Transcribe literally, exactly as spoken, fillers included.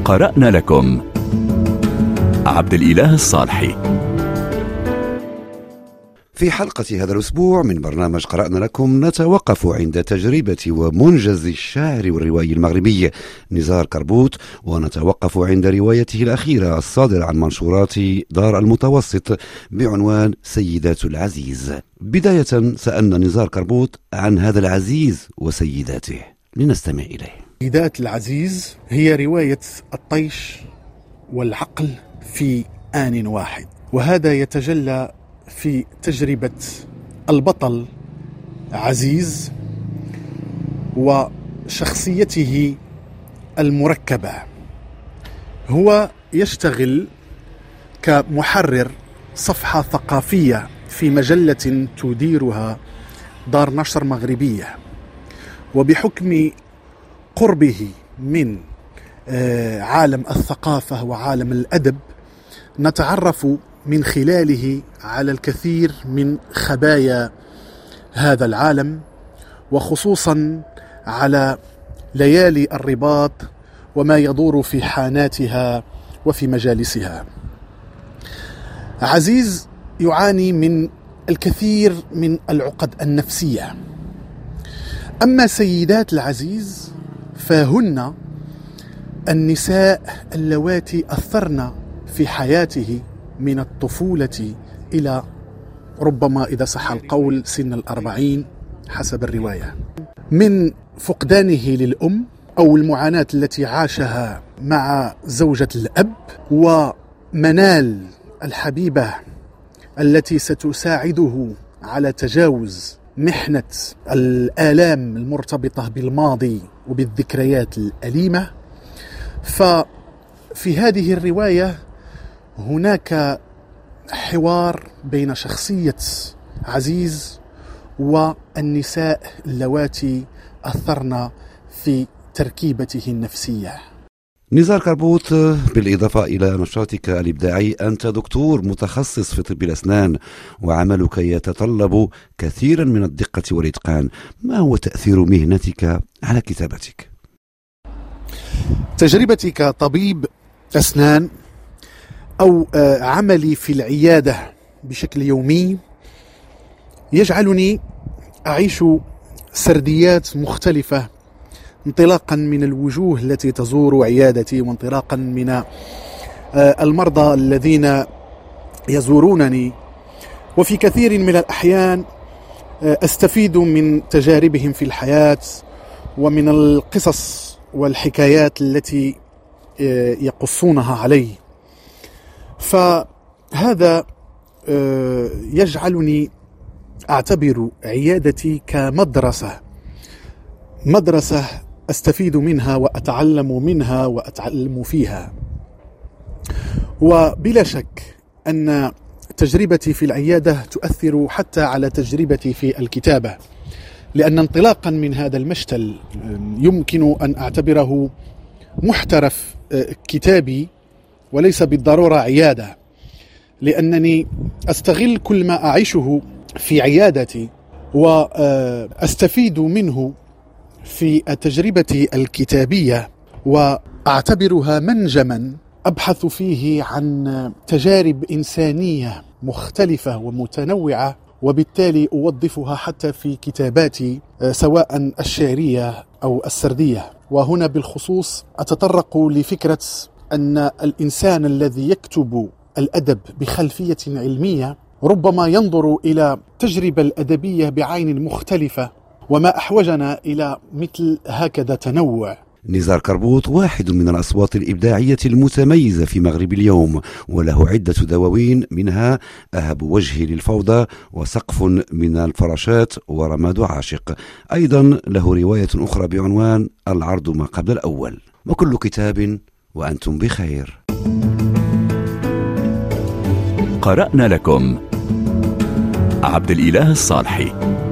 قرأنا لكم عبد الإله الصالحي. في حلقة هذا الأسبوع من برنامج قرأنا لكم نتوقف عند تجربة ومنجز الشاعر والروائي المغربي نزار كربوت، ونتوقف عند روايته الأخيرة الصادرة عن منشورات دار المتوسط بعنوان سيدات العزيز. بداية سألنا نزار كربوت عن هذا العزيز وسيداته، لنستمع إليه. سيدات العزيز هي رواية الطيش والعقل في آن واحد، وهذا يتجلى في تجربة البطل عزيز وشخصيته المركبة. هو يشتغل كمحرر صفحة ثقافية في مجلة تديرها دار نشر مغربية، وبحكم قربه من عالم الثقافة وعالم الأدب نتعرف من خلاله على الكثير من خبايا هذا العالم، وخصوصا على ليالي الرباط وما يدور في حاناتها وفي مجالسها. عزيز يعاني من الكثير من العقد النفسية، أما سيدات العزيز فهن النساء اللواتي أثرن في حياته من الطفولة إلى ربما إذا صح القول سن الأربعين حسب الرواية، من فقدانه للأم أو المعاناة التي عاشها مع زوجة الأب، ومنال الحبيبة التي ستساعده على تجاوز محنة الآلام المرتبطة بالماضي وبالذكريات الأليمة. ففي هذه الرواية هناك حوار بين شخصية عزيز والنساء اللواتي أثرن في تركيبته النفسية. نزار كربوت، بالإضافة إلى نشاطك الإبداعي أنت دكتور متخصص في طب الأسنان، وعملك يتطلب كثيرا من الدقة والإتقان. ما هو تأثير مهنتك على كتابتك؟ تجربتي كطبيب أسنان أو عملي في العيادة بشكل يومي يجعلني أعيش سرديات مختلفة، انطلاقا من الوجوه التي تزور عيادتي، وانطلاقا من المرضى الذين يزورونني، وفي كثير من الأحيان أستفيد من تجاربهم في الحياة ومن القصص والحكايات التي يقصونها علي. فهذا يجعلني أعتبر عيادتي كمدرسة مدرسة أستفيد منها وأتعلم منها وأتعلم فيها. وبلا شك أن تجربتي في العيادة تؤثر حتى على تجربتي في الكتابة، لأن انطلاقا من هذا المشتل يمكن أن أعتبره محترف كتابي وليس بالضرورة عيادة، لأنني أستغل كل ما أعيشه في عيادتي وأستفيد منه في تجربتي الكتابية، وأعتبرها منجما أبحث فيه عن تجارب إنسانية مختلفة ومتنوعة، وبالتالي أوظفها حتى في كتاباتي سواء الشعرية أو السردية. وهنا بالخصوص أتطرق لفكرة أن الإنسان الذي يكتب الأدب بخلفية علمية ربما ينظر إلى التجربة الأدبية بعين مختلفة، وما أحوجنا إلى مثل هكذا تنوع. نزار كربوت واحد من الأصوات الإبداعية المتميزة في مغرب اليوم، وله عدة دواوين، منها أهب وجهي للفوضى، وسقف من الفراشات، ورماد عاشق. أيضا له رواية أخرى بعنوان العرض ما قبل الأول. وكل كتاب وأنتم بخير. قرأنا لكم عبد الإله الصالحي.